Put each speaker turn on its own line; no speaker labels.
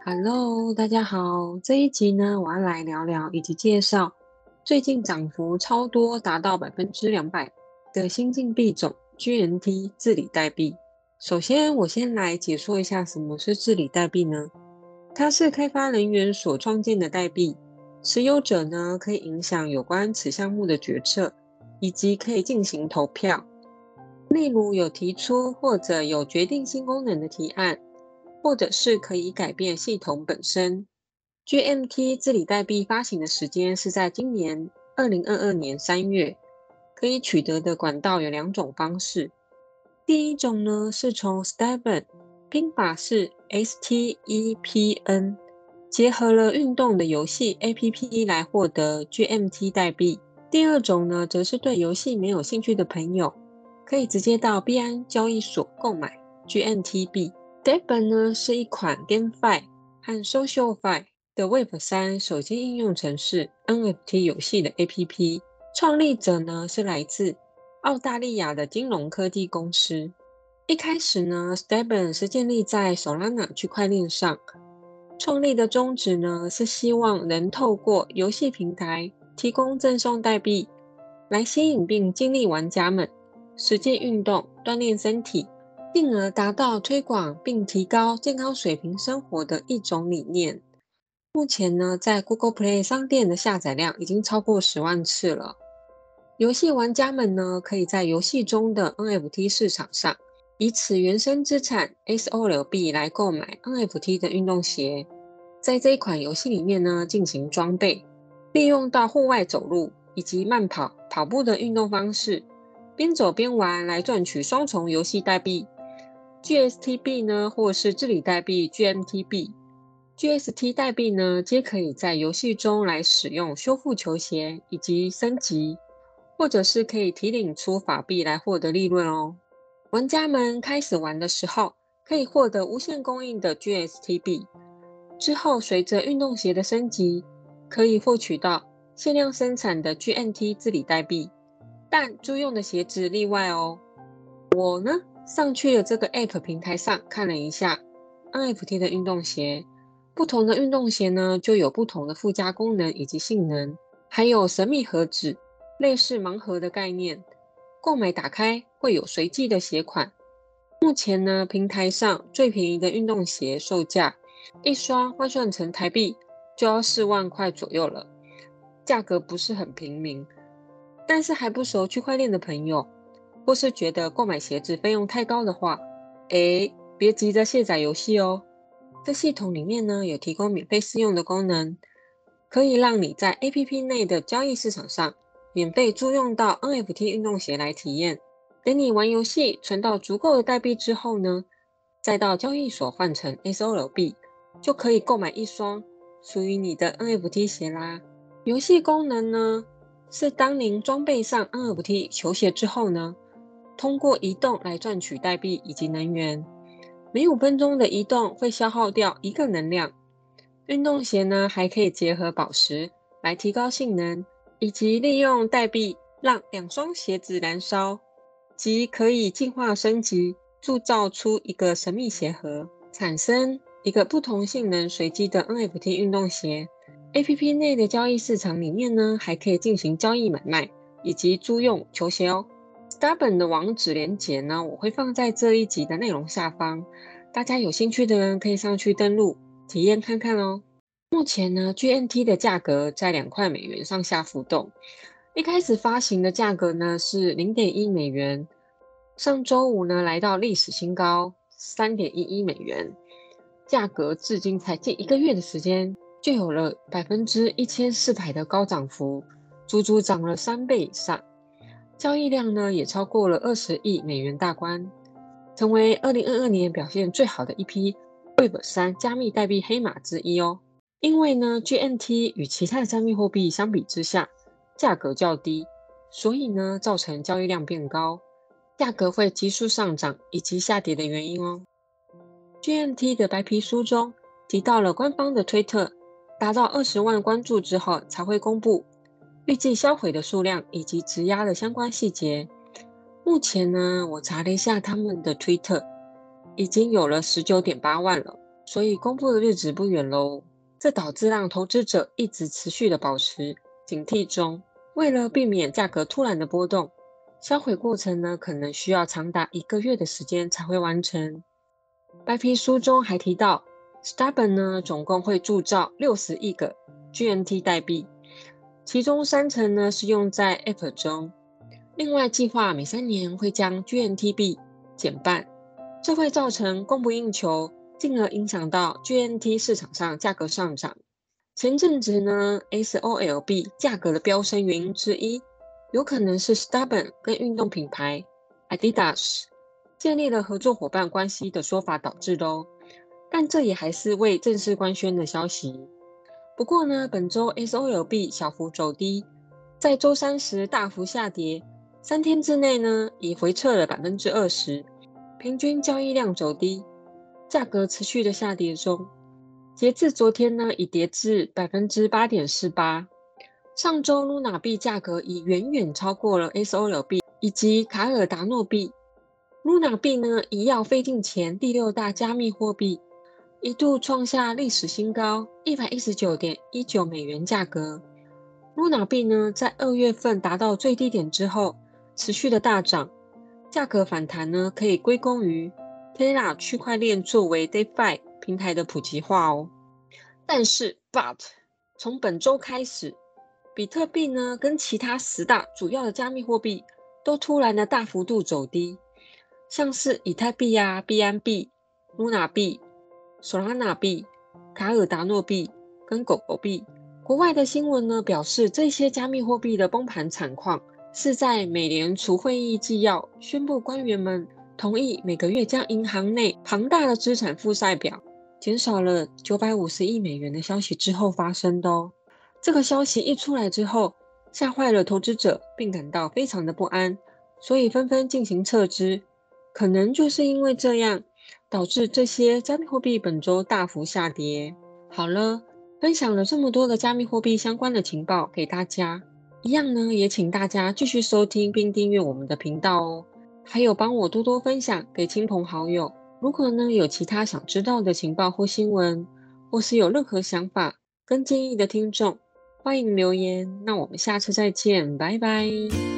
Hello，大家好。这一集呢，我要来聊聊以及介绍最近涨幅超多，达到200%的新兴币种 GNT 治理代币。首先，我先来解说一下什么是治理代币呢？它是开发人员所创建的代币，持有者呢可以影响有关此项目的决策，以及可以进行投票。例如有提出或者有决定新功能的提案，或者是可以改变系统本身。GMT 治理代币发行的时间是在今年2022年3月，可以取得的管道有两种方式。第一种呢是从 Stepen， 拼法是 STEPN， 结合了运动的游戏 APP 来获得 GMT 代币。第二种呢则是对游戏没有兴趣的朋友，可以直接到币安交易所购买 GMT 币。Stepen 呢是一款 GameFi 和 SocialFi 的 Web3 手机应用程式 NFT 游戏的 APP， 创立者呢是来自澳大利亚的金融科技公司。一开始呢 Stepen 是建立在 Solana 区块链上，创立的宗旨呢是希望能透过游戏平台提供赠送代币，来吸引并激励玩家们实践运动，锻炼身体，进而达到推广并提高健康水平生活的一种理念。目前呢，在 Google Play 商店的下载量已经超过10万次了。游戏玩家们呢，可以在游戏中的 NFT 市场上，以此原生资产 SOL 币来购买 NFT 的运动鞋，在这一款游戏里面呢进行装备，利用到户外走路以及慢跑、跑步的运动方式，边走边玩来赚取双重游戏代币 GST 币呢，或是治理代币 GMT 币。GST 代币呢，皆可以在游戏中来使用修复球鞋以及升级，或者是可以提领出法币来获得利润哦。玩家们开始玩的时候，可以获得无限供应的 GST 币，之后随着运动鞋的升级，可以获取到限量生产的 GNT 治理代币，但租用的鞋子例外哦。我呢，上去了这个 App 平台上看了一下 NFT 的运动鞋，不同的运动鞋呢，就有不同的附加功能以及性能，还有神秘盒子，类似盲盒的概念。购买打开会有随机的鞋款。目前呢，平台上最便宜的运动鞋售价，一双换算成台币就要4万块左右了，价格不是很平民。但是还不熟区块链的朋友，或是觉得购买鞋子费用太高的话，别急着卸载游戏哦。这系统里面呢有提供免费试用的功能，可以让你在 APP 内的交易市场上免费租用到 NFT 运动鞋来体验。等你玩游戏存到足够的代币之后呢，再到交易所换成 SOL 币，就可以购买一双属于你的 NFT 鞋啦。游戏功能呢，是当您装备上 NFT 球鞋之后呢，通过移动来赚取代币以及能源。每5分钟的移动会消耗掉1个能量。运动鞋呢，还可以结合宝石来提高性能，以及利用代币让2双鞋子燃烧，即可以进化升级，铸造出一个神秘鞋盒，产生一个不同性能随机的 NFT 运动鞋。APP 内的交易市场里面呢，还可以进行交易买卖以及租用球鞋哦。Stubborn 的网址连结呢，我会放在这一集的内容下方，大家有兴趣的人可以上去登录体验看看哦。目前呢，GNT 的价格在$2上下浮动。一开始发行的价格呢是$0.1，上周五呢来到历史新高$3.11，价格至今才近1个月的时间，就有了1400%的高涨幅，足足涨了3倍以上。交易量呢也超过了20亿美元大关，成为2022年表现最好的一批 Web3 加密代币黑马之一哦。因为呢 GNT 与其他的加密货币相比之下，价格较低，所以呢造成交易量变高，价格会急速上涨以及下跌的原因哦。GNT 的白皮书中提到了官方的推特达到20万关注之后才会公布预计销毁的数量以及质押的相关细节。目前呢，我查了一下他们的推特，已经有了19.8万了。 所以公布的日子不远喽。这导致让投资者一直持续的保持警惕中。为了避免价格突然的波动，销毁过程呢可能需要长达1个月的时间才会完成。白皮书中还提到 Stubborn 呢总共会铸造60亿个 GNT 代币，其中30%呢是用在 App 中，另外计划每3年会将 GNT 币减半，这会造成供不应求，进而影响到 GNT 市场上价格上涨。前阵子呢 SOL 币价格的飙升原因之一，有可能是 Stubborn 跟运动品牌 Adidas 建立了合作伙伴关系的说法导致的哦，但这也还是未正式官宣的消息。不过呢，本周 SOL 币小幅走低，在周三时大幅下跌，3天之内呢已回撤了20%，平均交易量走低，价格持续的下跌中。截至昨天呢，已跌至 8.48%。上周 Luna 币价格已远远超过了 SOL 币以及卡尔达诺币。Luna 币呢，一跃飞进前第6大加密货币，一度创下历史新高 119.19 美元价格。Luna 币呢，在2月份达到最低点之后，持续的大涨，价格反弹呢，可以归功于 Terra 区块链作为 DeFi 平台的普及化哦。但是 从本周开始，比特币呢跟其他10大主要的加密货币都突然的大幅度走低，像是以太币啊、币安币、Luna 币、Solana 币、卡尔达诺币跟狗狗币。国外的新闻呢表示，这些加密货币的崩盘惨况是在美联储会议纪要宣布官员们同意每个月将银行内庞大的资产负债表减少了950亿美元的消息之后发生的哦。这个消息一出来之后，吓坏了投资者，并感到非常的不安，所以纷纷进行撤资。可能就是因为这样，导致这些加密货币本周大幅下跌。好了，分享了这么多的加密货币相关的情报给大家，一样呢，也请大家继续收听并订阅我们的频道哦，还有帮我多多分享给亲朋好友。如果呢有其他想知道的情报或新闻，或是有任何想法跟建议的听众，欢迎留言。那我们下次再见，拜拜。